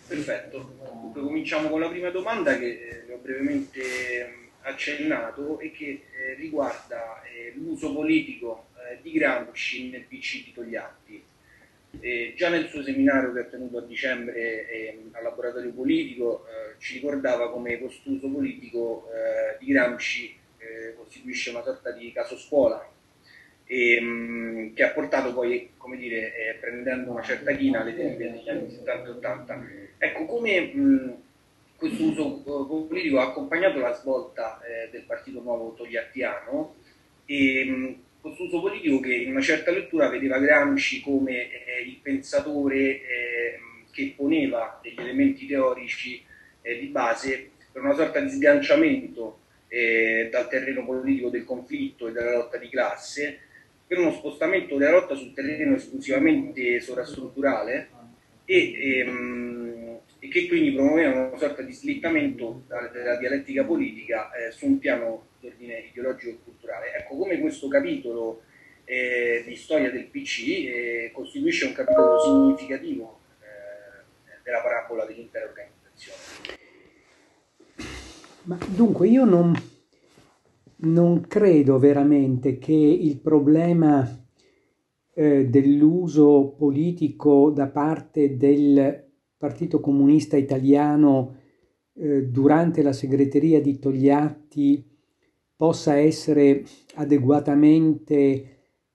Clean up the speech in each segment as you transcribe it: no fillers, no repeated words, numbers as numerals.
Perfetto. Dunque, cominciamo con la prima domanda che vi ho brevemente accennato e che riguarda l'uso politico di Gramsci nel PC di Togliatti. Già nel suo seminario che ha tenuto a dicembre al laboratorio politico ci ricordava come quest'uso politico di Gramsci costituisce una sorta di caso scuola che ha portato poi, come dire, prendendo una certa china alle derive degli anni 70 e 80. Ecco, come questo uso politico ha accompagnato la svolta del Partito Nuovo Togliattiano e questo uso politico che in una certa lettura vedeva Gramsci come il pensatore che poneva degli elementi teorici di base per una sorta di sganciamento dal terreno politico del conflitto e della lotta di classe per uno spostamento della lotta sul terreno esclusivamente sovrastrutturale e che quindi promuoveva una sorta di slittamento della dialettica politica su un piano di ordine ideologico e culturale. Ecco, come questo capitolo di storia del PC costituisce un capitolo significativo della parabola dell'intera organizzazione. Ma dunque io non credo veramente che il problema dell'uso politico da parte del Partito Comunista Italiano durante la segreteria di Togliatti possa essere adeguatamente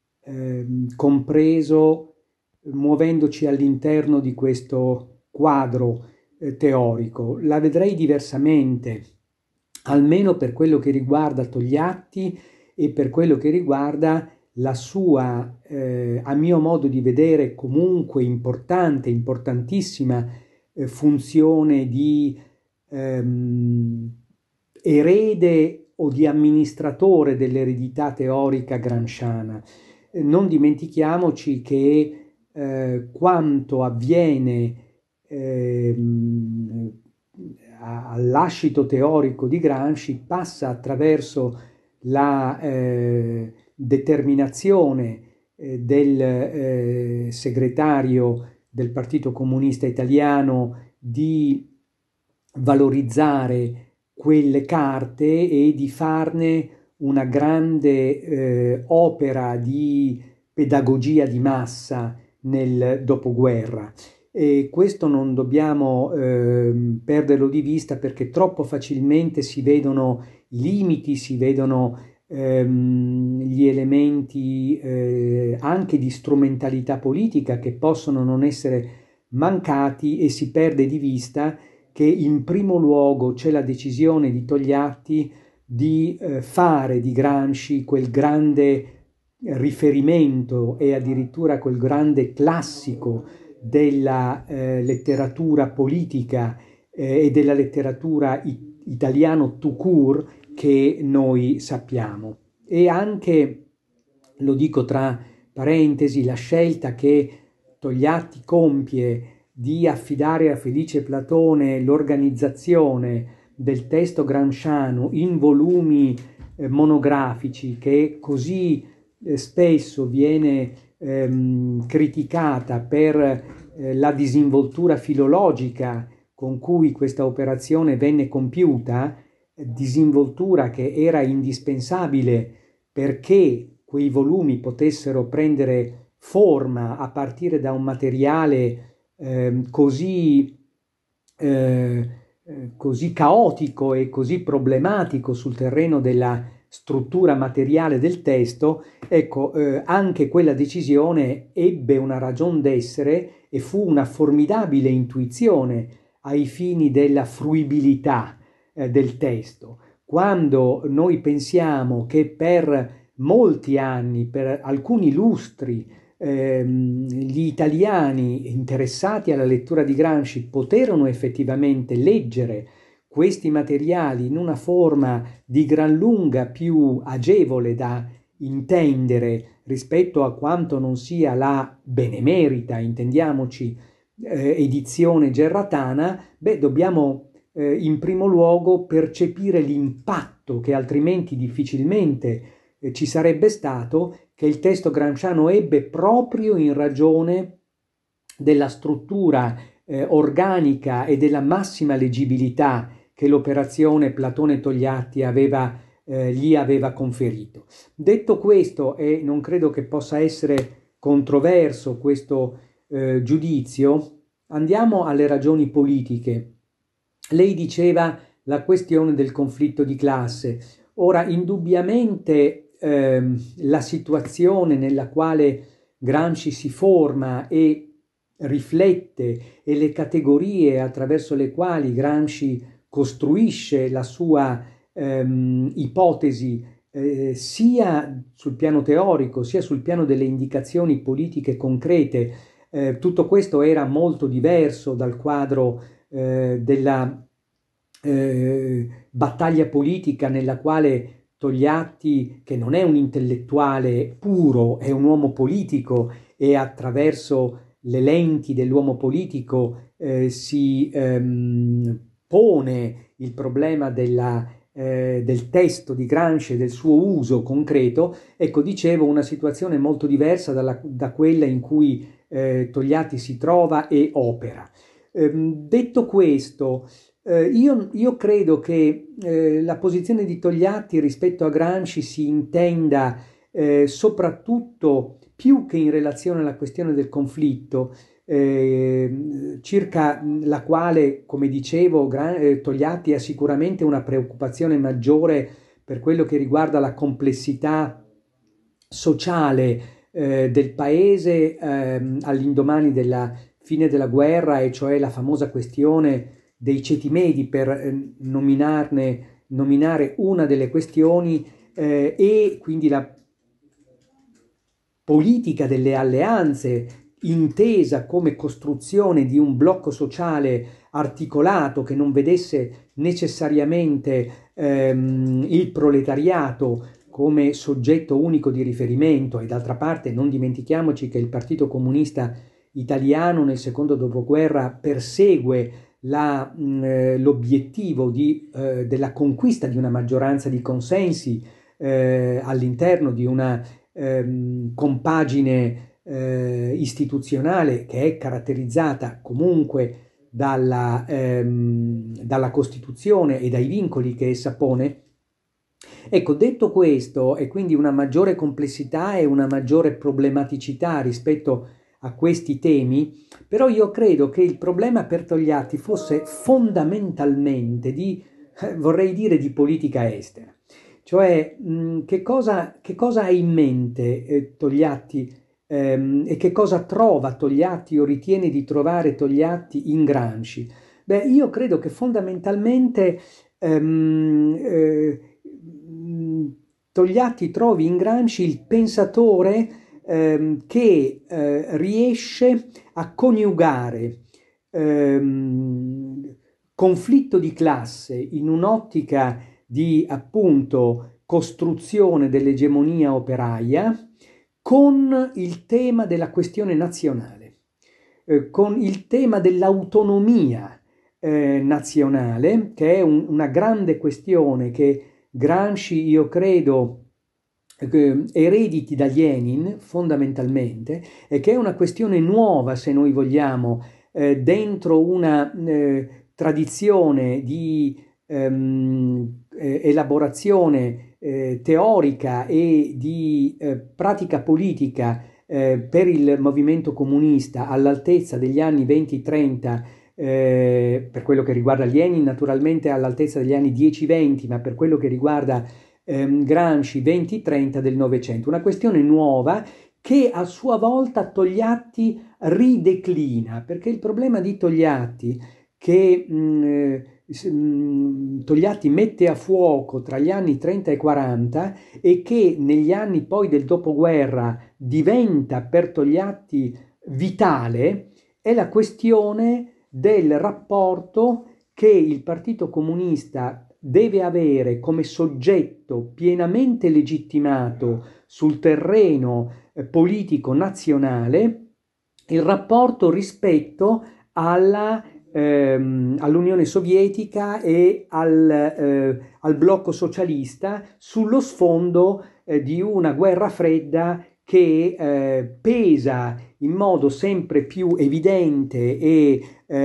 compreso muovendoci all'interno di questo quadro teorico. La vedrei diversamente, almeno per quello che riguarda Togliatti e per quello che riguarda la sua, a mio modo di vedere, comunque importante, importantissima funzione di erede o di amministratore dell'eredità teorica gramsciana. Non dimentichiamoci che quanto avviene all'ascito teorico di Gramsci passa attraverso la determinazione del segretario del Partito Comunista Italiano di valorizzare quelle carte e di farne una grande opera di pedagogia di massa nel dopoguerra. E questo non dobbiamo perderlo di vista perché troppo facilmente si vedono i limiti, si vedono gli elementi anche di strumentalità politica che possono non essere mancati e si perde di vista che in primo luogo c'è la decisione di Togliatti di fare di Gramsci quel grande riferimento e addirittura quel grande classico della letteratura politica e della letteratura italiano tout court che noi sappiamo. E anche, lo dico tra parentesi, la scelta che Togliatti compie di affidare a Felice Platone l'organizzazione del testo gramsciano in volumi monografici che così spesso viene criticata per la disinvoltura filologica con cui questa operazione venne compiuta, disinvoltura che era indispensabile perché quei volumi potessero prendere forma a partire da un materiale così caotico e così problematico sul terreno della struttura materiale del testo, ecco, anche quella decisione ebbe una ragion d'essere e fu una formidabile intuizione ai fini della fruibilità del testo. Quando noi pensiamo che per molti anni, per alcuni lustri, gli italiani interessati alla lettura di Gramsci poterono effettivamente leggere questi materiali in una forma di gran lunga più agevole da intendere rispetto a quanto non sia la benemerita, intendiamoci, edizione gerratana, dobbiamo in primo luogo percepire l'impatto che altrimenti difficilmente ci sarebbe stato che il testo gramsciano ebbe proprio in ragione della struttura organica e della massima leggibilità che l'operazione Platone Togliatti gli aveva conferito. Detto questo, e non credo che possa essere controverso questo giudizio, andiamo alle ragioni politiche. Lei diceva la questione del conflitto di classe. Ora, indubbiamente la situazione nella quale Gramsci si forma e riflette e le categorie attraverso le quali Gramsci costruisce la sua ipotesi sia sul piano teorico sia sul piano delle indicazioni politiche concrete, tutto questo era molto diverso dal quadro della battaglia politica nella quale Togliatti, che non è un intellettuale puro, è un uomo politico e attraverso le lenti dell'uomo politico si pone il problema del testo di Gramsci e del suo uso concreto. Ecco, dicevo, una situazione molto diversa da quella in cui Togliatti si trova e opera. Detto questo, io credo che la posizione di Togliatti rispetto a Gramsci si intenda soprattutto, più che in relazione alla questione del conflitto, circa la quale, come dicevo, Togliatti ha sicuramente una preoccupazione maggiore per quello che riguarda la complessità sociale del paese all'indomani della fine della guerra, e cioè la famosa questione dei ceti medi, per nominare una delle questioni, e quindi la politica delle alleanze intesa come costruzione di un blocco sociale articolato che non vedesse necessariamente il proletariato come soggetto unico di riferimento. E d'altra parte non dimentichiamoci che il Partito Comunista Italiano nel secondo dopoguerra persegue l'obiettivo della conquista di una maggioranza di consensi all'interno di una compagine istituzionale che è caratterizzata comunque dalla Costituzione e dai vincoli che essa pone. Ecco, detto questo, e quindi una maggiore complessità e una maggiore problematicità rispetto a questi temi, però io credo che il problema per Togliatti fosse fondamentalmente vorrei dire, di politica estera. Cioè, che cosa ha in mente Togliatti e che cosa trova Togliatti o ritiene di trovare Togliatti in Gramsci? Beh, io credo che fondamentalmente Togliatti trovi in Gramsci il pensatore che riesce a coniugare conflitto di classe in un'ottica di appunto costruzione dell'egemonia operaia con il tema della questione nazionale, con il tema dell'autonomia nazionale, che è una grande questione che Gramsci, io credo, erediti da Lenin fondamentalmente, e che è una questione nuova, se noi vogliamo, dentro una tradizione di elaborazione teorica e di pratica politica per il movimento comunista all'altezza degli anni 20-30, per quello che riguarda Lenin naturalmente all'altezza degli anni 10-20, ma per quello che riguarda Gramsci 20-30 del Novecento, una questione nuova che a sua volta Togliatti rideclina, perché il problema di Togliatti che Togliatti mette a fuoco tra gli anni 30 e 40 e che negli anni poi del dopoguerra diventa per Togliatti vitale, è la questione del rapporto che il Partito Comunista deve avere come soggetto pienamente legittimato sul terreno politico nazionale, il rapporto rispetto all'Unione Sovietica e al blocco socialista, sullo sfondo di una guerra fredda che pesa in modo sempre più evidente e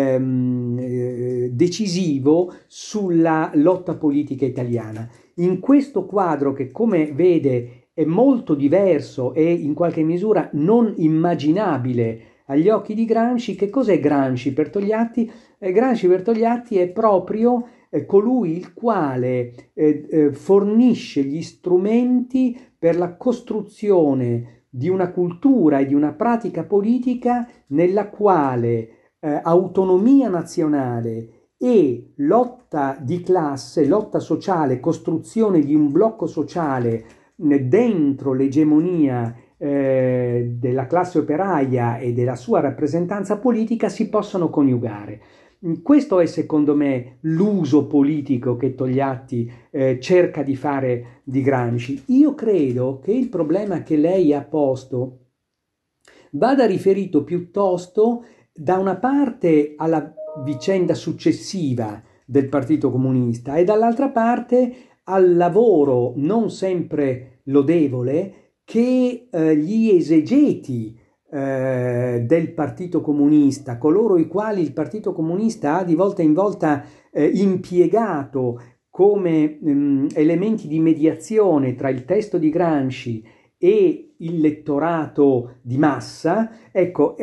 decisivo sulla lotta politica italiana. In questo quadro che, come vede, è molto diverso e in qualche misura non immaginabile agli occhi di Gramsci, che cos'è Gramsci per Togliatti? Gramsci per Togliatti è proprio colui il quale fornisce gli strumenti per la costruzione di una cultura e di una pratica politica nella quale autonomia nazionale e lotta di classe, lotta sociale, costruzione di un blocco sociale dentro l'egemonia della classe operaia e della sua rappresentanza politica si possono coniugare. Questo è secondo me l'uso politico che Togliatti cerca di fare di Gramsci. Io credo che il problema che lei ha posto vada riferito piuttosto da una parte alla vicenda successiva del Partito Comunista e dall'altra parte al lavoro non sempre lodevole che gli esegeti del Partito Comunista, coloro i quali il Partito Comunista ha di volta in volta impiegato come elementi di mediazione tra il testo di Gramsci e il lettorato di massa, ecco,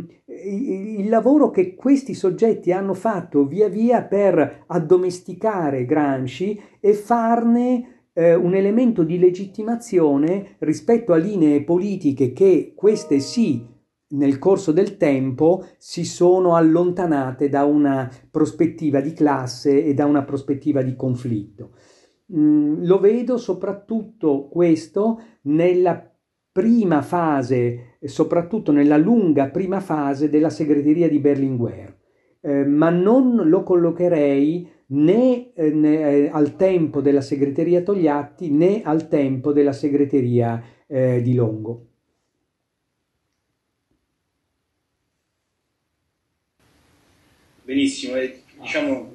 il lavoro che questi soggetti hanno fatto via via per addomesticare Gramsci e farne un elemento di legittimazione rispetto a linee politiche che queste sì, nel corso del tempo si sono allontanate da una prospettiva di classe e da una prospettiva di conflitto. Lo vedo soprattutto questo nella prima fase, soprattutto nella lunga prima fase della segreteria di Berlinguer, ma non lo collocherei né al tempo della segreteria Togliatti né al tempo della segreteria di Longo. Benissimo, diciamo,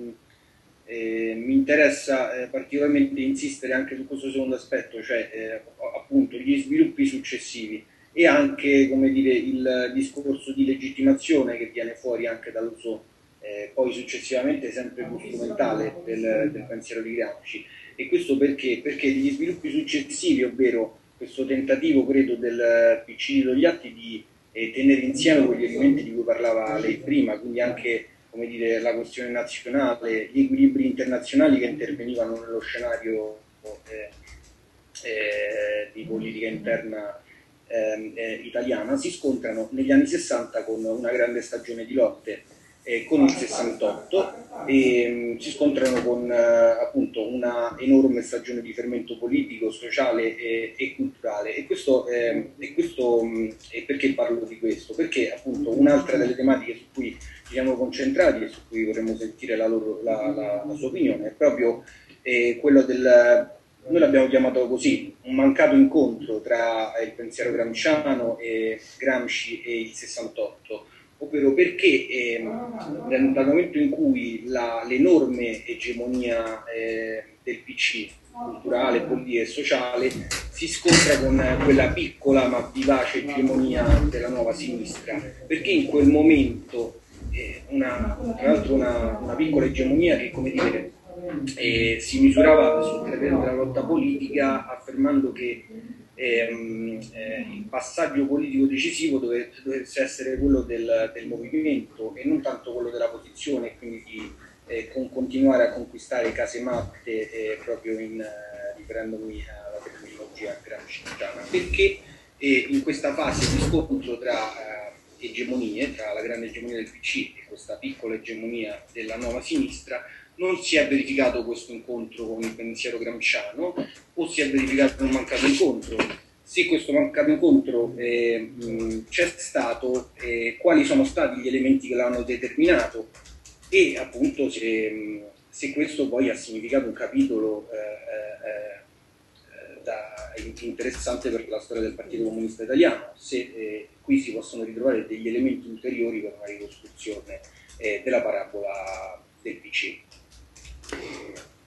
mi interessa particolarmente insistere anche su questo secondo aspetto, cioè appunto gli sviluppi successivi e anche, come dire, il discorso di legittimazione che viene fuori anche dall'uso poi successivamente sempre più strumentale del pensiero di Gramsci. E questo perché? Perché gli sviluppi successivi, ovvero questo tentativo, credo, del PC di Togliatti di tenere insieme quegli elementi di cui parlava lei prima, quindi anche, come dire, la questione nazionale, gli equilibri internazionali che intervenivano nello scenario di politica interna italiana, si scontrano negli anni 60 con una grande stagione di lotte con il 68 e si scontrano con appunto una enorme stagione di fermento politico, sociale e culturale. E perché parlo di questo? Perché appunto un'altra delle tematiche su cui ci siamo concentrati e su cui vorremmo sentire la sua opinione è proprio quello del, noi l'abbiamo chiamato così, un mancato incontro tra il pensiero gramsciano e Gramsci e il 68, ovvero perché dal momento in cui l'enorme egemonia del PC, culturale, politica e sociale, si scontra con quella piccola ma vivace egemonia della nuova sinistra, perché in quel momento tra l'altro una piccola egemonia che, come dire, si misurava sul terreno della lotta politica, affermando che il passaggio politico decisivo dovesse essere quello del movimento e non tanto quello della posizione, quindi di continuare a conquistare casematte proprio riferendomi alla terminologia gramsciana, perché in questa fase di scontro tra egemonie, tra la grande egemonia del PC e questa piccola egemonia della nuova sinistra, non si è verificato questo incontro con il pensiero gramsciano o si è verificato un mancato incontro. Se questo mancato incontro c'è stato, quali sono stati gli elementi che l'hanno determinato e appunto se questo poi ha significato un capitolo interessante per la storia del Partito Comunista Italiano, se qui si possono ritrovare degli elementi ulteriori per una ricostruzione della parabola del PC.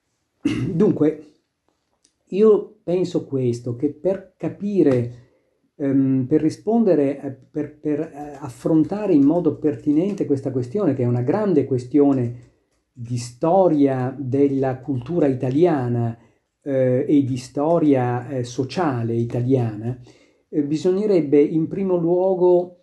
Dunque, io penso questo, che per capire per rispondere, per affrontare in modo pertinente questa questione, che è una grande questione di storia della cultura italiana e di storia sociale italiana, bisognerebbe in primo luogo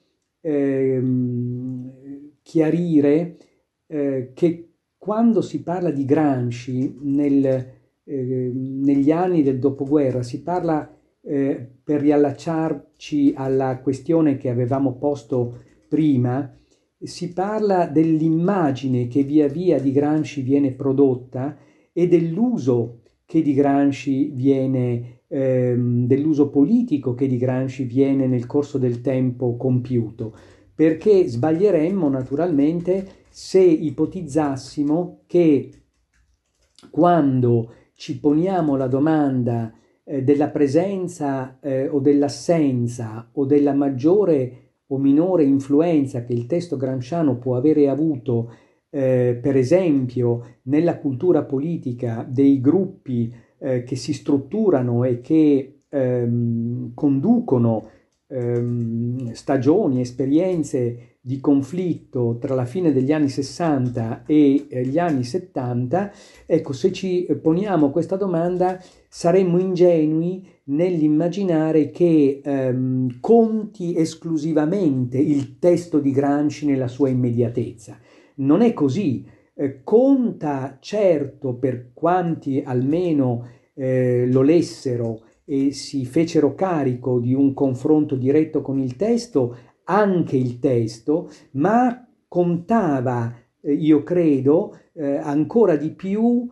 chiarire che quando si parla di Gramsci negli anni del dopoguerra si parla, per riallacciarci alla questione che avevamo posto prima, si parla dell'immagine che via via di Gramsci viene prodotta e dell'uso che di Gramsci viene, dell'uso politico che di Gramsci viene nel corso del tempo compiuto, perché sbaglieremmo naturalmente se ipotizzassimo che quando ci poniamo la domanda della presenza o dell'assenza o della maggiore o minore influenza che il testo gramsciano può avere avuto, per esempio, nella cultura politica dei gruppi che si strutturano e che conducono stagioni, esperienze di conflitto tra la fine degli anni 60 e gli anni 70, ecco, se ci poniamo questa domanda saremmo ingenui nell'immaginare che conti esclusivamente il testo di Gramsci nella sua immediatezza. Non è così. Conta certo, per quanti almeno lo lessero e si fecero carico di un confronto diretto con il testo, anche il testo, ma contava, io credo, ancora di più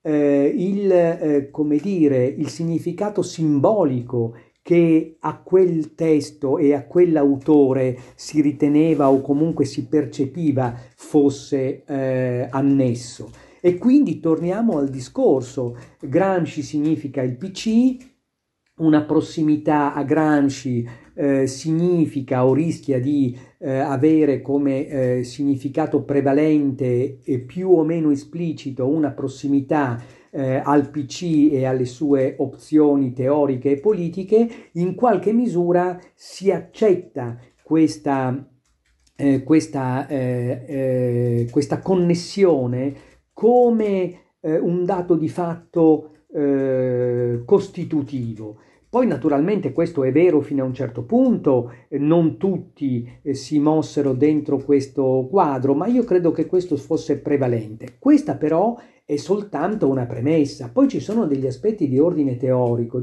come dire, il significato simbolico che a quel testo e a quell'autore si riteneva o comunque si percepiva fosse annesso. E quindi torniamo al discorso. Gramsci significa il PC, una prossimità a Gramsci significa o rischia di avere come significato prevalente e più o meno esplicito una prossimità al PC e alle sue opzioni teoriche e politiche. In qualche misura si accetta questa connessione come un dato di fatto costitutivo. Poi naturalmente questo è vero fino a un certo punto, non tutti si mossero dentro questo quadro, ma io credo che questo fosse prevalente. Questa però è soltanto una premessa. Poi ci sono degli aspetti di ordine teorico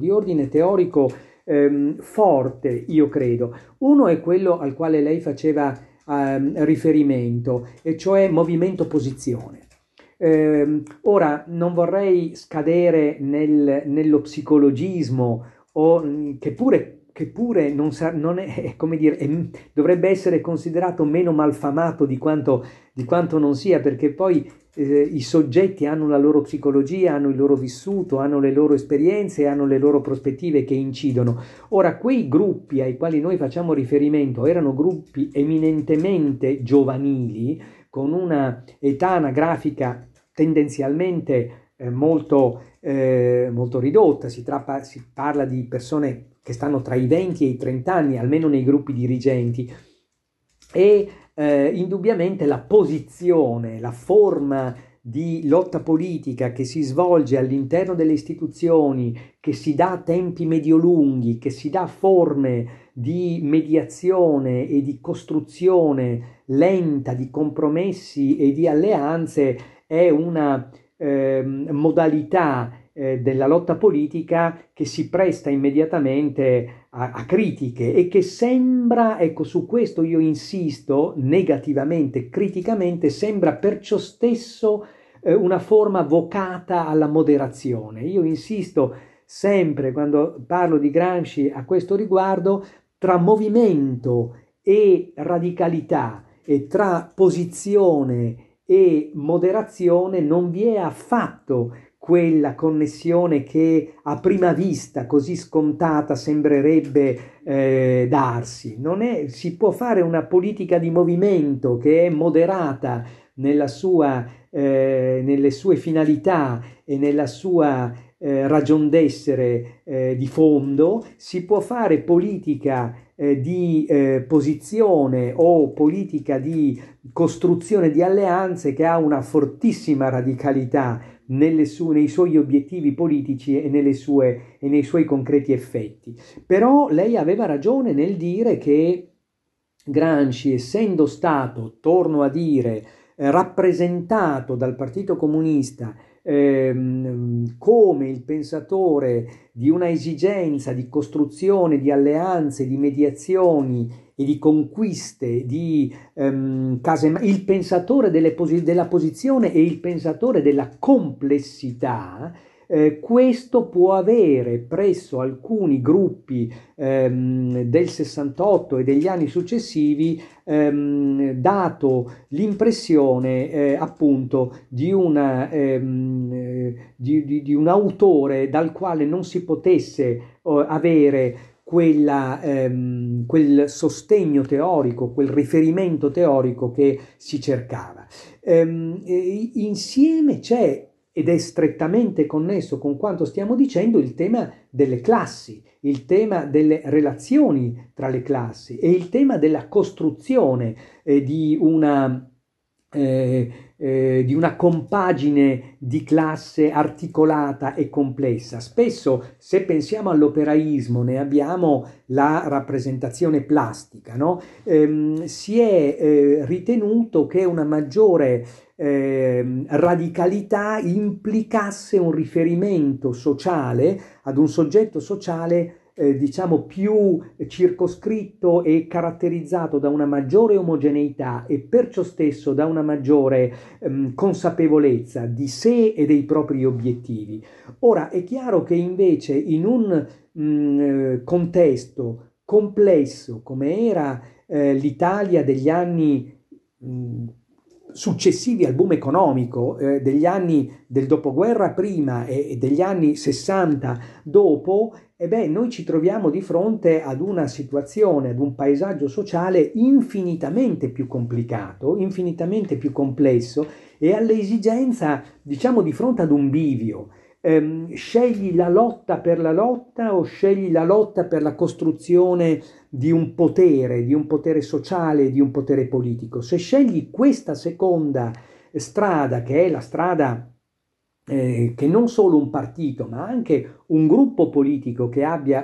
forte, io credo. Uno è quello al quale lei faceva riferimento, e cioè movimento-posizione. Ora non vorrei scadere nello psicologismo che pure non è, come dire, dovrebbe essere considerato meno malfamato di quanto non sia, perché poi i soggetti hanno la loro psicologia, hanno il loro vissuto, hanno le loro esperienze, hanno le loro prospettive che incidono. Ora, quei gruppi ai quali noi facciamo riferimento erano gruppi eminentemente giovanili, con una età anagrafica tendenzialmente molto ridotta. Si parla di persone che stanno tra i 20 e i 30 anni, almeno nei gruppi dirigenti, e indubbiamente la posizione, la forma di lotta politica che si svolge all'interno delle istituzioni, che si dà tempi medio-lunghi, che si dà forme di mediazione e di costruzione lenta di compromessi e di alleanze, è una modalità della lotta politica che si presta immediatamente a critiche e che sembra, ecco, su questo io insisto negativamente, criticamente, sembra perciò stesso una forma vocata alla moderazione. Io insisto sempre, quando parlo di Gramsci a questo riguardo, tra movimento e radicalità e tra posizione e moderazione non vi è affatto quella connessione che a prima vista così scontata sembrerebbe darsi. Si può fare una politica di movimento che è moderata nelle sue finalità e nella sua ragion d'essere di fondo, si può fare politica di posizione o politica di costruzione di alleanze che ha una fortissima radicalità nei suoi obiettivi politici e nei suoi concreti effetti. Però lei aveva ragione nel dire che Gramsci, essendo stato, torno a dire, rappresentato dal Partito Comunista come il pensatore di una esigenza di costruzione di alleanze, di mediazioni e di conquiste, il pensatore della posizione e il pensatore della complessità, questo può avere presso alcuni gruppi del 68 e degli anni successivi dato l'impressione appunto di un autore dal quale non si potesse avere quel sostegno teorico, quel riferimento teorico che si cercava. Insieme c'è, ed è strettamente connesso con quanto stiamo dicendo, il tema delle classi, il tema delle relazioni tra le classi e il tema della costruzione di una compagine di classe articolata e complessa. Spesso, se pensiamo all'operaismo, ne abbiamo la rappresentazione plastica, no? Si è ritenuto che una maggiore radicalità implicasse un riferimento sociale ad un soggetto sociale diciamo più circoscritto e caratterizzato da una maggiore omogeneità e perciò stesso da una maggiore consapevolezza di sé e dei propri obiettivi. Ora è chiaro che invece in un contesto complesso come era l'Italia degli anni successivi al boom economico, degli anni del dopoguerra prima e degli anni 60 dopo, noi ci troviamo di fronte ad una situazione, ad un paesaggio sociale infinitamente più complicato, infinitamente più complesso e all'esigenza, diciamo, di fronte ad un bivio. Scegli la lotta per la lotta o scegli la lotta per la costruzione di un potere sociale, di un potere politico. Se scegli questa seconda strada, che è la strada che non solo un partito, ma anche un gruppo politico che abbia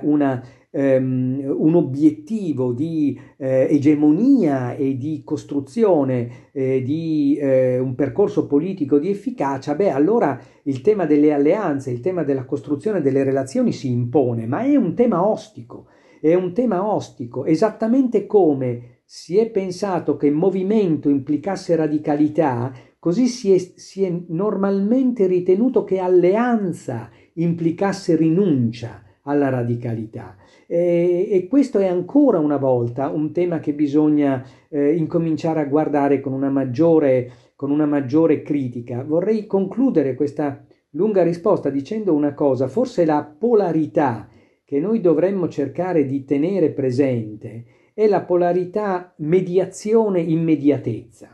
un obiettivo di egemonia e di costruzione di un percorso politico di efficacia, allora il tema delle alleanze, il tema della costruzione delle relazioni si impone, ma è un tema ostico. È un tema ostico, esattamente come si è pensato che movimento implicasse radicalità, così si è normalmente ritenuto che alleanza implicasse rinuncia alla radicalità. E questo è ancora una volta un tema che bisogna incominciare a guardare con una maggiore critica. Vorrei concludere questa lunga risposta dicendo una cosa: forse la polarità che noi dovremmo cercare di tenere presente è la polarità mediazione-immediatezza.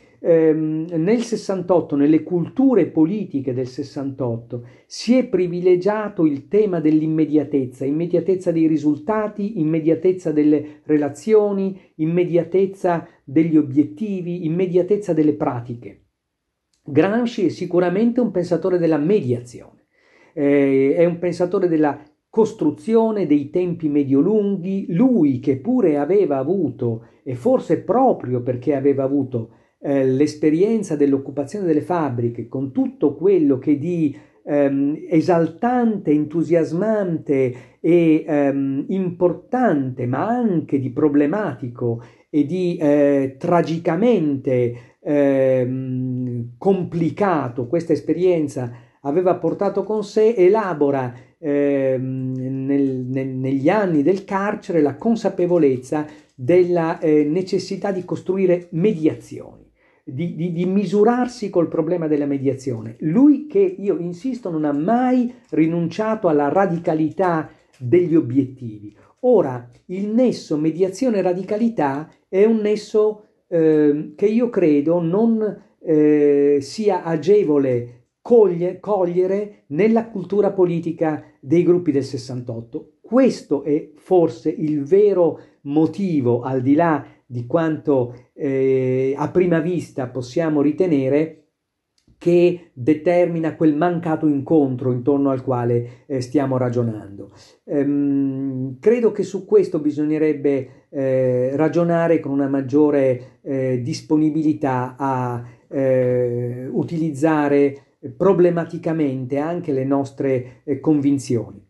Nel 68, nelle culture politiche del 68, si è privilegiato il tema dell'immediatezza, immediatezza dei risultati, immediatezza delle relazioni, immediatezza degli obiettivi, immediatezza delle pratiche. Gramsci è sicuramente un pensatore della mediazione, è un pensatore della costruzione dei tempi medio-lunghi, lui che pure aveva avuto, e forse proprio perché aveva avuto l'esperienza dell'occupazione delle fabbriche, con tutto quello che di esaltante, entusiasmante e importante, ma anche di problematico e di tragicamente complicato questa esperienza aveva portato con sé, elabora negli anni del carcere la consapevolezza della necessità di costruire mediazioni, di misurarsi col problema della mediazione. Lui che, io insisto, non ha mai rinunciato alla radicalità degli obiettivi. Ora, il nesso mediazione-radicalità è un nesso che io credo non sia agevole cogliere nella cultura politica dei gruppi del 68. Questo è forse il vero motivo, al di là di quanto a prima vista possiamo ritenere, che determina quel mancato incontro intorno al quale stiamo ragionando. Credo che su questo bisognerebbe ragionare con una maggiore disponibilità a utilizzare problematicamente anche le nostre convinzioni.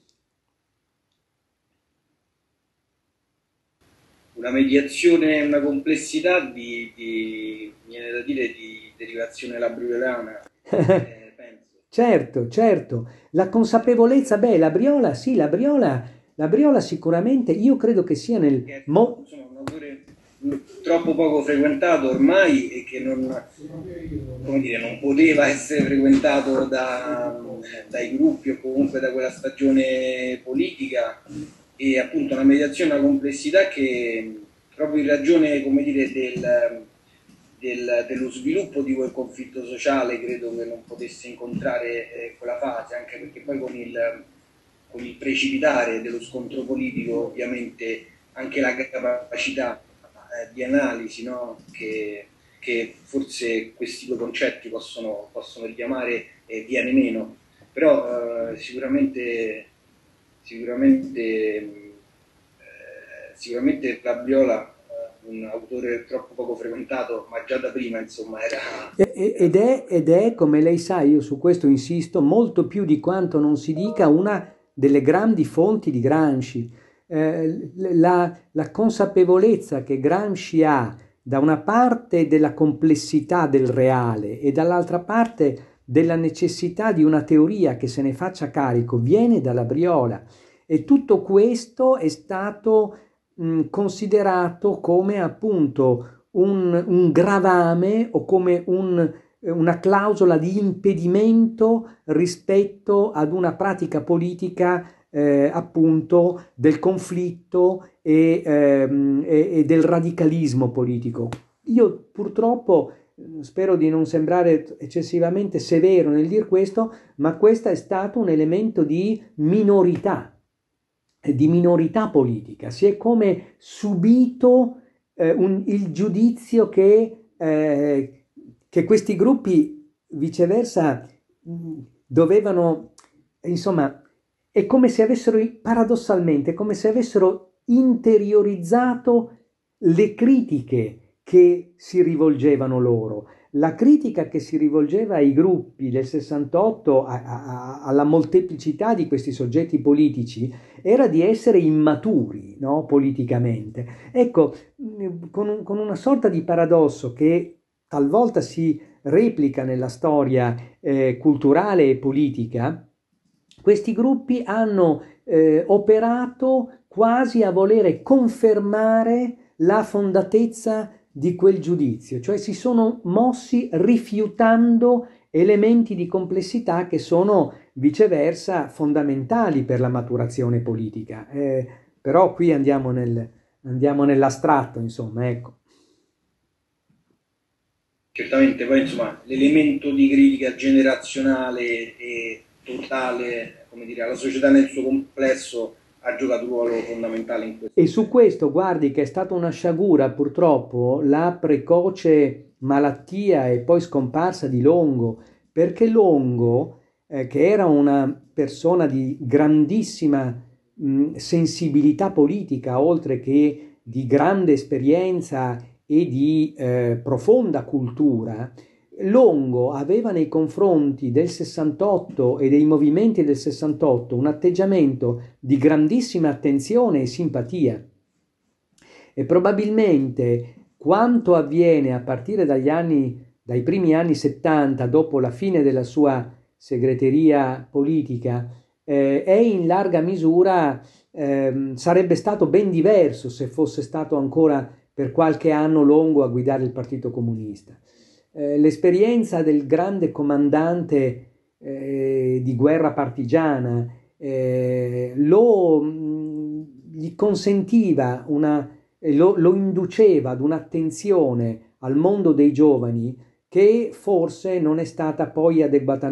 Una mediazione, una complessità viene da dire, di derivazione labriolana, penso. Certo, certo, la consapevolezza, beh, la Briola sicuramente, io credo che sia nel... Che è insomma, un autore troppo poco frequentato ormai e che non, come dire, non poteva essere frequentato dai gruppi o comunque da quella stagione politica, e appunto una mediazione, una complessità che proprio in ragione, come dire, dello sviluppo di quel conflitto sociale credo che non potesse incontrare quella fase, anche perché poi con il precipitare dello scontro politico ovviamente anche la capacità di analisi, no? che forse questi due concetti possono richiamare, viene meno, però sicuramente Fabiola, un autore troppo poco frequentato, ma già da prima insomma Ed è, come lei sa, io su questo insisto, molto più di quanto non si dica, una delle grandi fonti di Gramsci. La consapevolezza che Gramsci ha da una parte della complessità del reale e dall'altra parte della necessità di una teoria che se ne faccia carico viene dalla Briola, e tutto questo è stato considerato come appunto un gravame o come una clausola di impedimento rispetto ad una pratica politica appunto del conflitto e del radicalismo politico. Io purtroppo spero di non sembrare eccessivamente severo nel dire questo, ma questo è stato un elemento di minorità politica. Si è come subito il giudizio che questi gruppi viceversa dovevano, insomma, è come se avessero, paradossalmente, come se avessero interiorizzato le critiche che si rivolgevano loro. La critica che si rivolgeva ai gruppi del 68, alla molteplicità di questi soggetti politici, era di essere immaturi, no? Politicamente. Ecco, con una sorta di paradosso che talvolta si replica nella storia culturale e politica, questi gruppi hanno operato quasi a volere confermare la fondatezza di quel giudizio, cioè si sono mossi rifiutando elementi di complessità che sono viceversa fondamentali per la maturazione politica. Però qui andiamo nell'astratto, insomma, ecco. Certamente, poi insomma l'elemento di critica generazionale e totale, come dire, alla società nel suo complesso ha giocato un ruolo fondamentale in questo. E su questo, guardi che è stata una sciagura purtroppo la precoce malattia e poi scomparsa di Longo, perché Longo, che era una persona di grandissima sensibilità politica, oltre che di grande esperienza e di profonda cultura, Longo aveva nei confronti del 68 e dei movimenti del 68 un atteggiamento di grandissima attenzione e simpatia, e probabilmente quanto avviene a partire dai primi anni 70, dopo la fine della sua segreteria politica, è in larga misura sarebbe stato ben diverso se fosse stato ancora per qualche anno Longo a guidare il Partito Comunista. L'esperienza del grande comandante di guerra partigiana gli consentiva lo induceva ad un'attenzione al mondo dei giovani che forse non è stata poi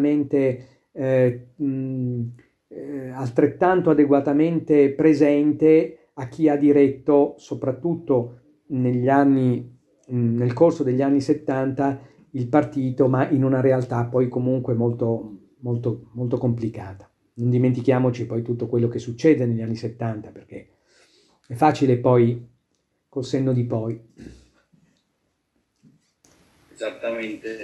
altrettanto adeguatamente presente a chi ha diretto, soprattutto nel corso degli anni 70, il partito, ma in una realtà poi comunque molto, molto, molto complicata. Non dimentichiamoci poi tutto quello che succede negli anni 70, perché è facile poi col senno di poi. Esattamente.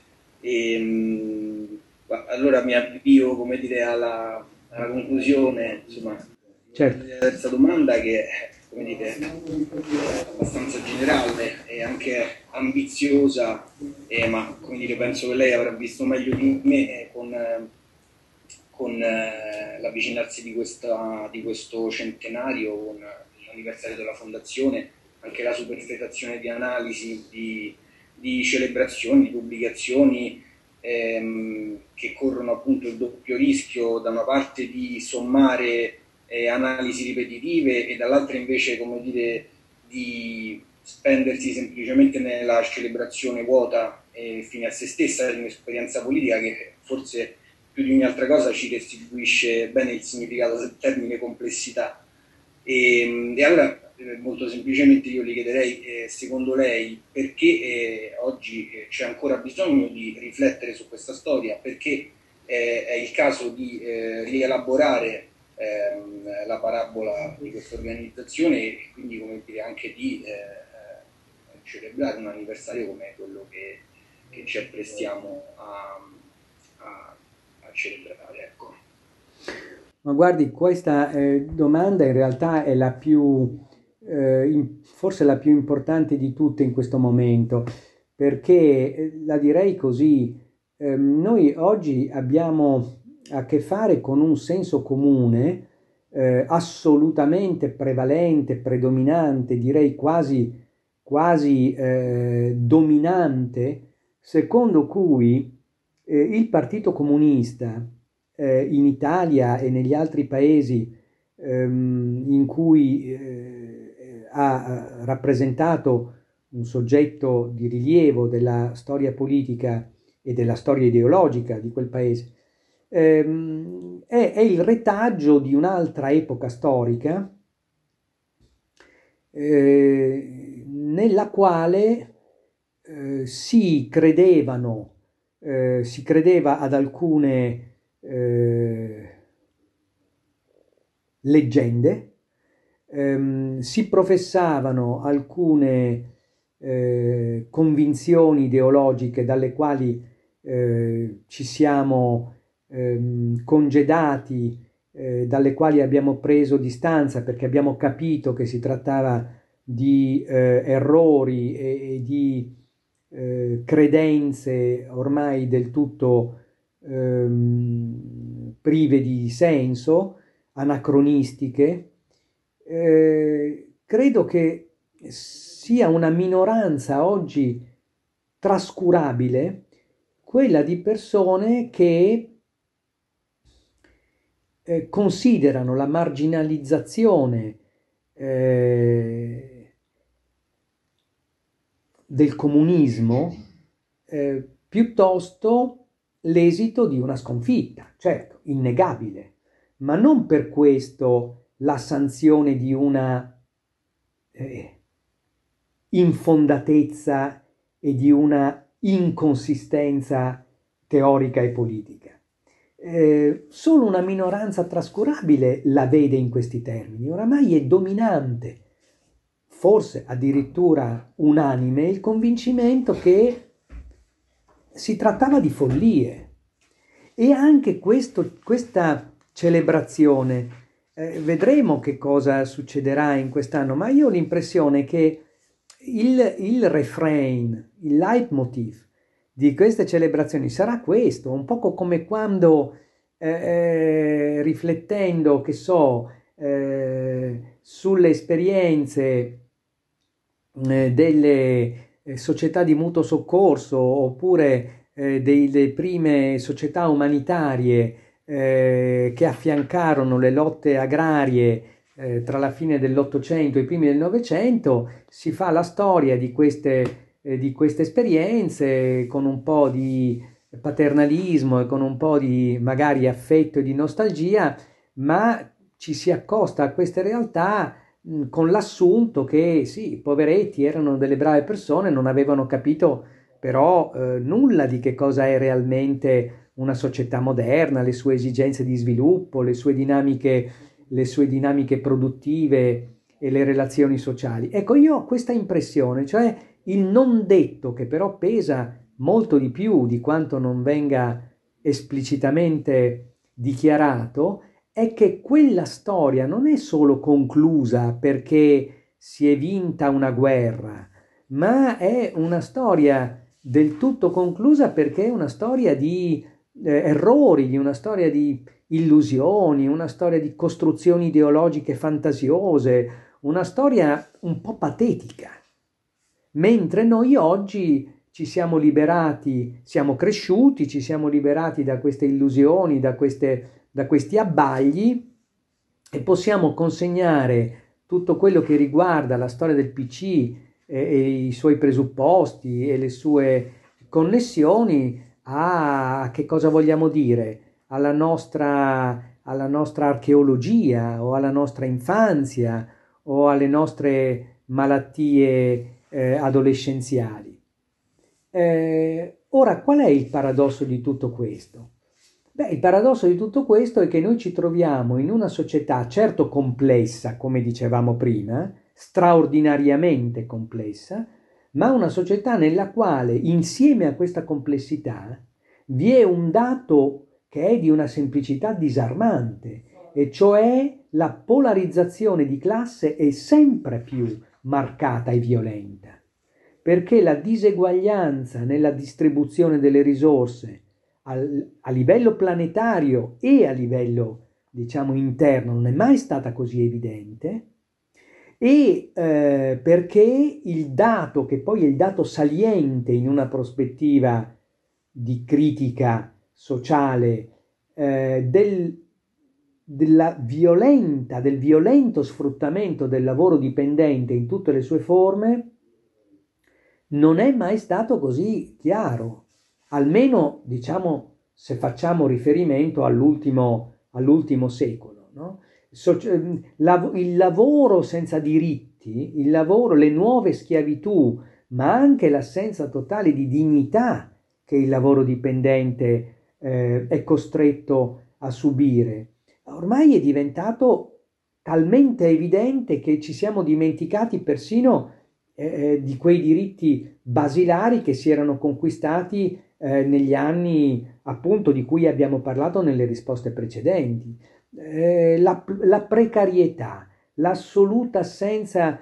Allora mi avvio, come dire, alla conclusione, insomma, Certo. della terza domanda, che è, come dire, abbastanza generale e anche ambiziosa, ma come dire, penso che lei avrà visto meglio di me con l'avvicinarsi di questo centenario, con l'anniversario della fondazione, anche la superfetazione di analisi, di celebrazioni, di pubblicazioni che corrono appunto il doppio rischio, da una parte di sommare analisi ripetitive e dall'altra invece, come dire, di spendersi semplicemente nella celebrazione vuota fine a se stessa di un'esperienza politica che forse più di ogni altra cosa ci restituisce bene il significato del termine complessità. E allora molto semplicemente io le chiederei, secondo lei, perché oggi c'è ancora bisogno di riflettere su questa storia, perché è il caso di rielaborare la parabola di questa organizzazione e quindi, come dire, anche di celebrare un anniversario come quello che ci apprestiamo a celebrare. Ecco. Ma guardi, questa domanda in realtà è forse la più importante di tutte in questo momento, perché la direi così, noi oggi abbiamo a che fare con un senso comune assolutamente prevalente, predominante, direi quasi dominante, secondo cui il Partito Comunista in Italia e negli altri paesi in cui ha rappresentato un soggetto di rilievo della storia politica e della storia ideologica di quel paese, è il retaggio di un'altra epoca storica nella quale si credeva ad alcune leggende, si professavano alcune convinzioni ideologiche dalle quali ci siamo congedati, dalle quali abbiamo preso distanza perché abbiamo capito che si trattava di errori e di credenze ormai del tutto prive di senso, anacronistiche. Credo che sia una minoranza oggi trascurabile quella di persone che considerano la marginalizzazione del comunismo piuttosto l'esito di una sconfitta, certo, innegabile, ma non per questo la sanzione di una infondatezza e di una inconsistenza teorica e politica. Solo una minoranza trascurabile la vede in questi termini, oramai è dominante, forse addirittura unanime, il convincimento che si trattava di follie. E anche questa celebrazione, vedremo che cosa succederà in quest'anno, ma io ho l'impressione che il refrain, il leitmotiv di queste celebrazioni sarà questo, un poco come quando riflettendo, che so, sulle esperienze delle società di mutuo soccorso oppure delle prime società umanitarie che affiancarono le lotte agrarie tra la fine dell'Ottocento e i primi del Novecento, si fa la storia di queste di queste esperienze con un po' di paternalismo e con un po' di magari affetto e di nostalgia, ma ci si accosta a queste realtà con l'assunto che sì, i poveretti erano delle brave persone, non avevano capito però nulla di che cosa è realmente una società moderna, le sue esigenze di sviluppo, le sue dinamiche produttive e le relazioni sociali. Ecco, io ho questa impressione, cioè il non detto che però pesa molto di più di quanto non venga esplicitamente dichiarato, è che quella storia non è solo conclusa perché si è vinta una guerra, ma è una storia del tutto conclusa perché è una storia di errori, di una storia di illusioni, una storia di costruzioni ideologiche fantasiose, una storia un po' patetica. Mentre noi oggi ci siamo liberati, siamo cresciuti, ci siamo liberati da queste illusioni, da questi abbagli e possiamo consegnare tutto quello che riguarda la storia del PC e i suoi presupposti e le sue connessioni a che cosa vogliamo dire? Alla nostra archeologia o alla nostra infanzia o alle nostre malattie adolescenziali. Ora, qual è il paradosso di tutto questo? Beh, il paradosso di tutto questo è che noi ci troviamo in una società certo complessa, come dicevamo prima, straordinariamente complessa, ma una società nella quale insieme a questa complessità vi è un dato che è di una semplicità disarmante, e cioè la polarizzazione di classe è sempre più marcata e violenta, perché la diseguaglianza nella distribuzione delle risorse a livello planetario e a livello, diciamo, interno non è mai stata così evidente, e perché il dato, che poi è il dato saliente in una prospettiva di critica sociale, del violento sfruttamento del lavoro dipendente in tutte le sue forme, non è mai stato così chiaro, almeno diciamo se facciamo riferimento all'ultimo secolo, no? Il lavoro senza diritti, il lavoro, le nuove schiavitù, ma anche l'assenza totale di dignità che il lavoro dipendente è costretto a subire, ormai è diventato talmente evidente che ci siamo dimenticati persino di quei diritti basilari che si erano conquistati negli anni appunto di cui abbiamo parlato nelle risposte precedenti. La precarietà, l'assoluta assenza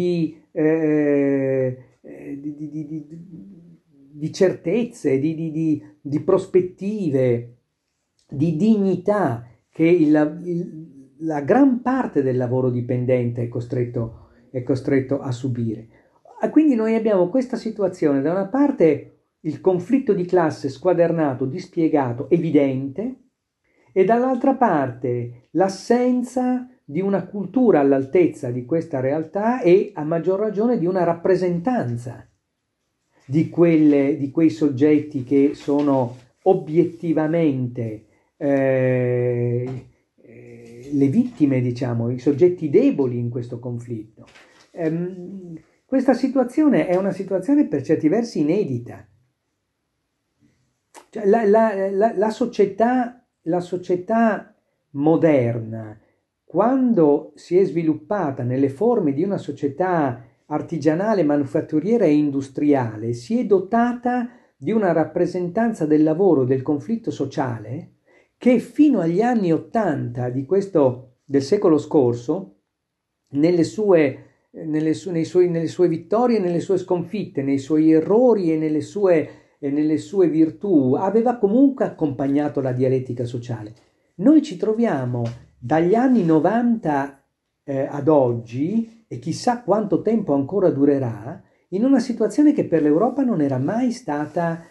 di certezze, di prospettive, di dignità che la gran parte del lavoro dipendente è costretto a subire. Quindi noi abbiamo questa situazione, da una parte il conflitto di classe squadernato, dispiegato, evidente, e dall'altra parte l'assenza di una cultura all'altezza di questa realtà e a maggior ragione di una rappresentanza di quei soggetti che sono obiettivamente le vittime, diciamo, i soggetti deboli in questo conflitto. Questa situazione è una situazione per certi versi inedita. Cioè, la società moderna, quando si è sviluppata nelle forme di una società artigianale, manufatturiera e industriale, si è dotata di una rappresentanza del lavoro e del conflitto sociale che fino agli anni *80 del secolo scorso, nelle sue vittorie e nelle sue sconfitte, nei suoi errori e nelle sue virtù, aveva comunque accompagnato la dialettica sociale. Noi ci troviamo dagli anni 90 ad oggi, e chissà quanto tempo ancora durerà, in una situazione che per l'Europa non era mai stata,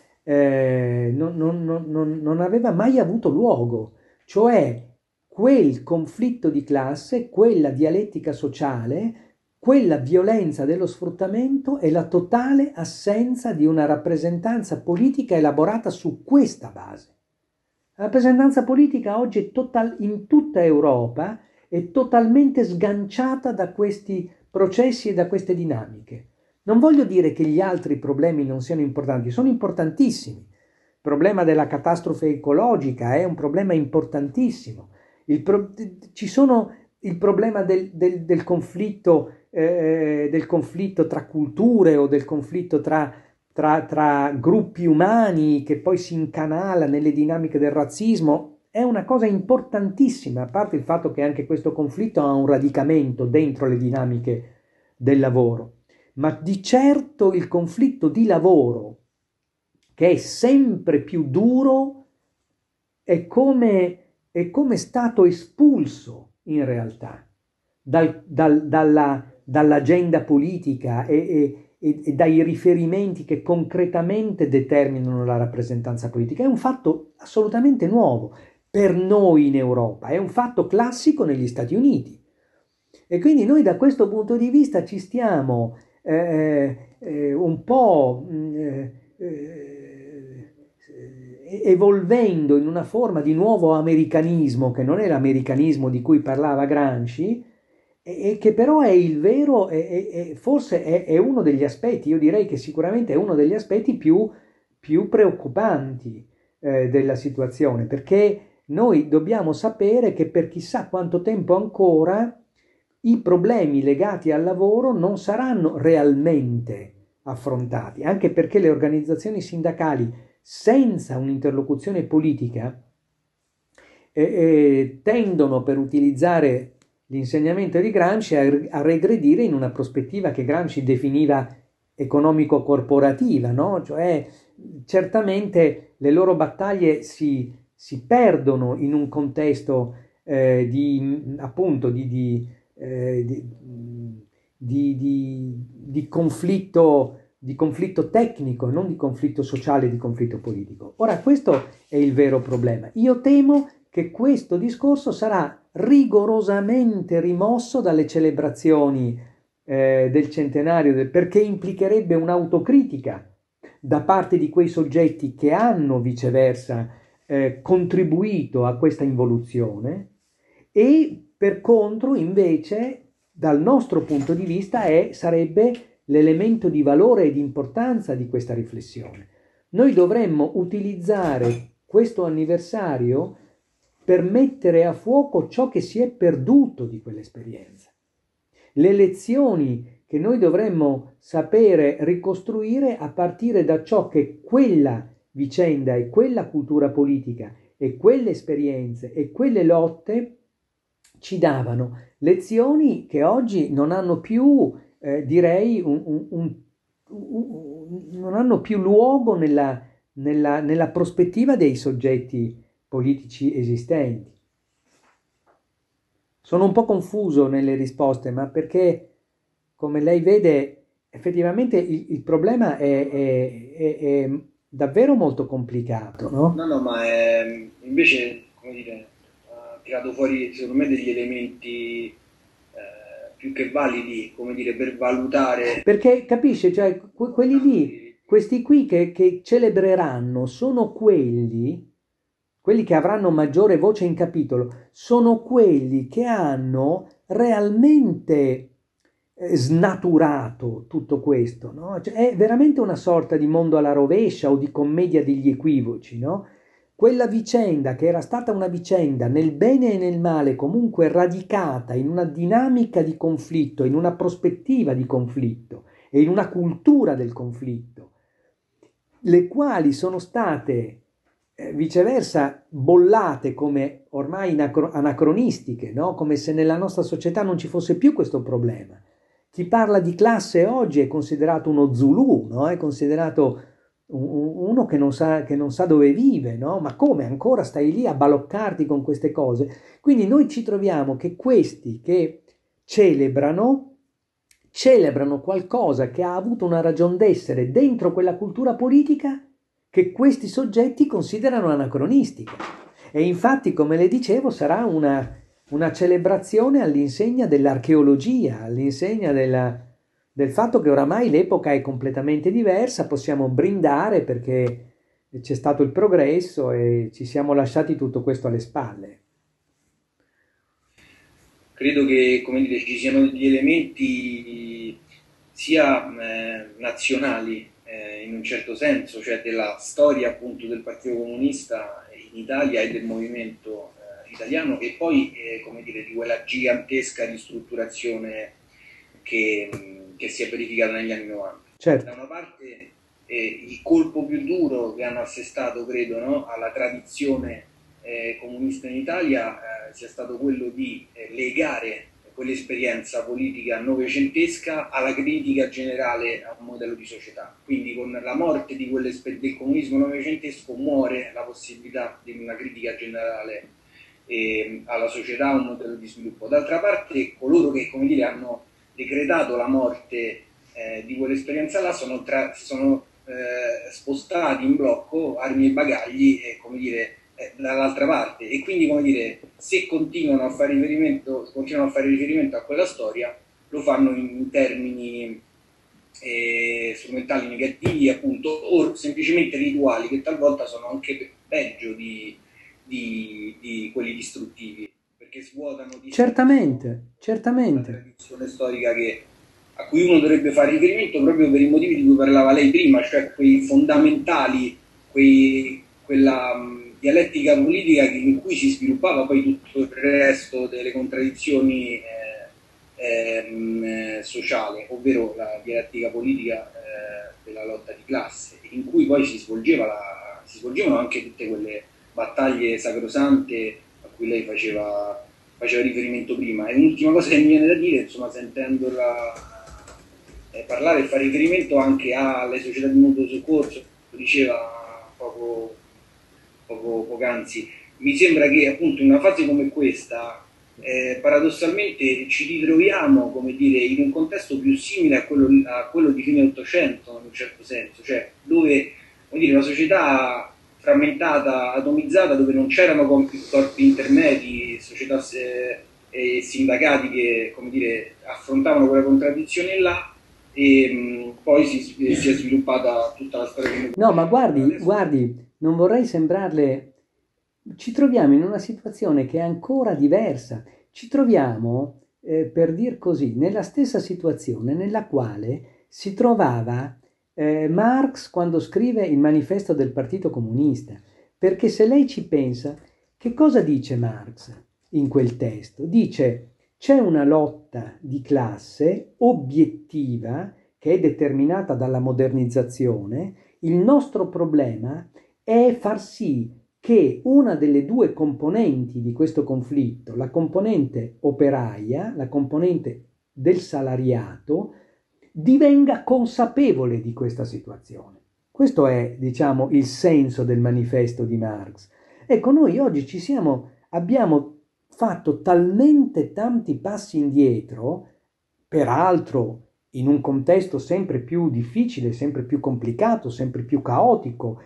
non aveva mai avuto luogo, cioè quel conflitto di classe, quella dialettica sociale quella violenza dello sfruttamento è la totale assenza di una rappresentanza politica elaborata su questa base. La rappresentanza politica oggi in tutta Europa è totalmente sganciata da questi processi e da queste dinamiche. Non voglio dire che gli altri problemi non siano importanti, sono importantissimi. Il problema della catastrofe ecologica è un problema importantissimo. Ci sono il problema del conflitto tra culture o del conflitto tra gruppi umani che poi si incanala nelle dinamiche del razzismo. È una cosa importantissima, a parte il fatto che anche questo conflitto ha un radicamento dentro le dinamiche del lavoro. Ma di certo il conflitto di lavoro, che è sempre più duro, è come stato espulso in realtà dall'agenda politica e dai riferimenti che concretamente determinano la rappresentanza politica. È un fatto assolutamente nuovo per noi in Europa, è un fatto classico negli Stati Uniti. E quindi noi da questo punto di vista ci stiamo un po' evolvendo in una forma di nuovo americanismo, che non è l'americanismo di cui parlava Gramsci, e che però è il vero, forse è uno degli aspetti, io direi che sicuramente è uno degli aspetti più preoccupanti della situazione, perché noi dobbiamo sapere che per chissà quanto tempo ancora i problemi legati al lavoro non saranno realmente affrontati, anche perché le organizzazioni sindacali senza un'interlocuzione politica tendono, per utilizzare l'insegnamento di Gramsci, a regredire in una prospettiva che Gramsci definiva economico-corporativa, no? Cioè certamente le loro battaglie si perdono in un contesto di conflitto tecnico, non di conflitto sociale, di conflitto politico. Ora, questo è il vero problema. Io temo che questo discorso sarà rigorosamente rimosso dalle celebrazioni del centenario, perché implicherebbe un'autocritica da parte di quei soggetti che hanno viceversa contribuito a questa involuzione, e per contro invece dal nostro punto di vista sarebbe l'elemento di valore e di importanza di questa riflessione. Noi dovremmo utilizzare questo anniversario per mettere a fuoco ciò che si è perduto di quell'esperienza, le lezioni che noi dovremmo sapere ricostruire a partire da ciò che quella vicenda e quella cultura politica e quelle esperienze e quelle lotte ci davano, lezioni che oggi non hanno più, direi, non hanno più luogo nella prospettiva dei soggetti politici esistenti. Sono un po' confuso nelle risposte, ma perché, come lei vede, effettivamente il problema è davvero molto complicato, no? No, ma invece, come dire, ha tirato fuori, secondo me, degli elementi più che validi, come dire, per valutare. Perché, capisce, cioè, quelli lì, questi qui che celebreranno, sono quelli che avranno maggiore voce in capitolo, sono quelli che hanno realmente snaturato tutto questo, no? Cioè, è veramente una sorta di mondo alla rovescia o di commedia degli equivoci, no? Quella vicenda che era stata una vicenda nel bene e nel male, comunque radicata in una dinamica di conflitto, in una prospettiva di conflitto e in una cultura del conflitto, le quali sono state viceversa bollate come ormai anacronistiche, no? Come se nella nostra società non ci fosse più questo problema. Chi parla di classe oggi è considerato uno Zulu, no? È considerato uno che non sa dove vive, no? Ma come ancora stai lì a baloccarti con queste cose? Quindi noi ci troviamo che questi che celebrano qualcosa che ha avuto una ragion d'essere dentro quella cultura politica che questi soggetti considerano anacronistica. E infatti, come le dicevo, sarà una celebrazione all'insegna dell'archeologia, all'insegna del fatto che oramai l'epoca è completamente diversa, possiamo brindare perché c'è stato il progresso e ci siamo lasciati tutto questo alle spalle. Credo che, come dire, ci siano degli elementi sia nazionali in un certo senso, cioè della storia appunto del Partito Comunista in Italia e del movimento italiano, e poi come dire, di quella gigantesca ristrutturazione che si è verificata negli anni 90. Certo. Da una parte il colpo più duro che hanno assestato, credo, no, alla tradizione comunista in Italia sia stato quello di legare quell'esperienza politica novecentesca alla critica generale a un modello di società. Quindi con la morte del comunismo novecentesco muore la possibilità di una critica generale alla società, a un modello di sviluppo. D'altra parte coloro che, come dire, hanno decretato la morte di quell'esperienza là sono spostati in blocco armi e bagagli e, come dire, dall'altra parte, e quindi, come dire, se continuano a fare riferimento a quella storia, lo fanno in termini strumentali negativi, appunto, o semplicemente rituali, che talvolta sono anche peggio di quelli distruttivi, perché svuotano di Certamente, la certamente. tradizione storica a cui uno dovrebbe fare riferimento proprio per i motivi di cui parlava lei prima, cioè quei fondamentali, quella dialettica politica in cui si sviluppava poi tutto il resto delle contraddizioni sociali, ovvero la dialettica politica della lotta di classe, in cui poi si svolgevano anche tutte quelle battaglie sacrosante a cui lei faceva riferimento prima. E un'ultima cosa che mi viene da dire, insomma, sentendola parlare e fare riferimento anche alle società di mutuo soccorso, diceva poc'anzi, mi sembra che appunto in una fase come questa paradossalmente ci ritroviamo, come dire, in un contesto più simile a quello di fine Ottocento, in un certo senso, cioè dove, come dire, una società frammentata, atomizzata, dove non c'erano corpi intermedi, società e sindacati che, come dire, affrontavano quella contraddizione là, e poi si è sviluppata tutta la storia. No, ma guardi, non vorrei sembrarle. Ci troviamo in una situazione che è ancora diversa. Ci troviamo, per dir così, nella stessa situazione nella quale si trovava Marx quando scrive il manifesto del Partito Comunista. Perché se lei ci pensa, che cosa dice Marx in quel testo? Dice: c'è una lotta di classe obiettiva che è determinata dalla modernizzazione. Il nostro problema è far sì che una delle due componenti di questo conflitto, la componente operaia, la componente del salariato, divenga consapevole di questa situazione. Questo è, diciamo, il senso del manifesto di Marx. Ecco, noi oggi abbiamo fatto talmente tanti passi indietro, peraltro in un contesto sempre più difficile, sempre più complicato, sempre più caotico,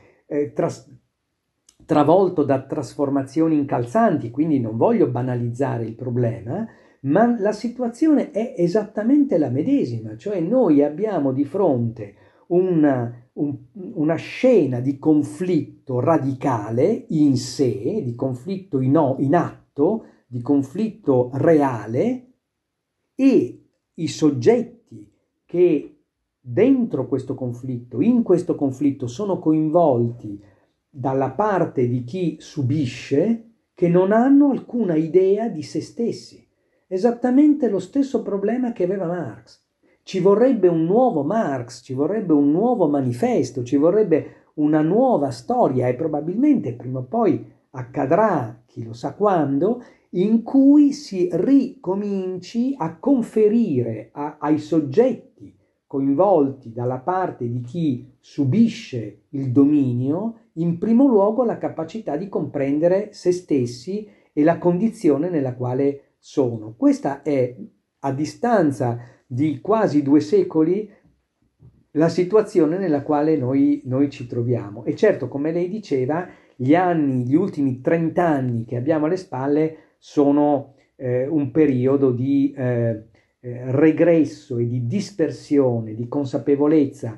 travolto da trasformazioni incalzanti, quindi non voglio banalizzare il problema, ma la situazione è esattamente la medesima, cioè noi abbiamo di fronte una scena di conflitto radicale in sé, di conflitto in atto, di conflitto reale, e i soggetti che dentro questo conflitto, in questo conflitto, sono coinvolti dalla parte di chi subisce, che non hanno alcuna idea di se stessi. Esattamente lo stesso problema che aveva Marx. Ci vorrebbe un nuovo Marx, ci vorrebbe un nuovo manifesto, ci vorrebbe una nuova storia, e probabilmente prima o poi accadrà, chi lo sa quando, in cui si ricominci a conferire ai soggetti coinvolti dalla parte di chi subisce il dominio, in primo luogo la capacità di comprendere se stessi e la condizione nella quale sono. Questa è, a distanza di quasi 2 secoli, la situazione nella quale noi ci troviamo. E certo, come lei diceva, gli ultimi 30 anni che abbiamo alle spalle sono un periodo di regresso e di dispersione, di consapevolezza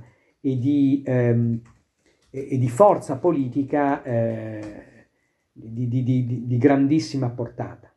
e di forza politica di grandissima portata.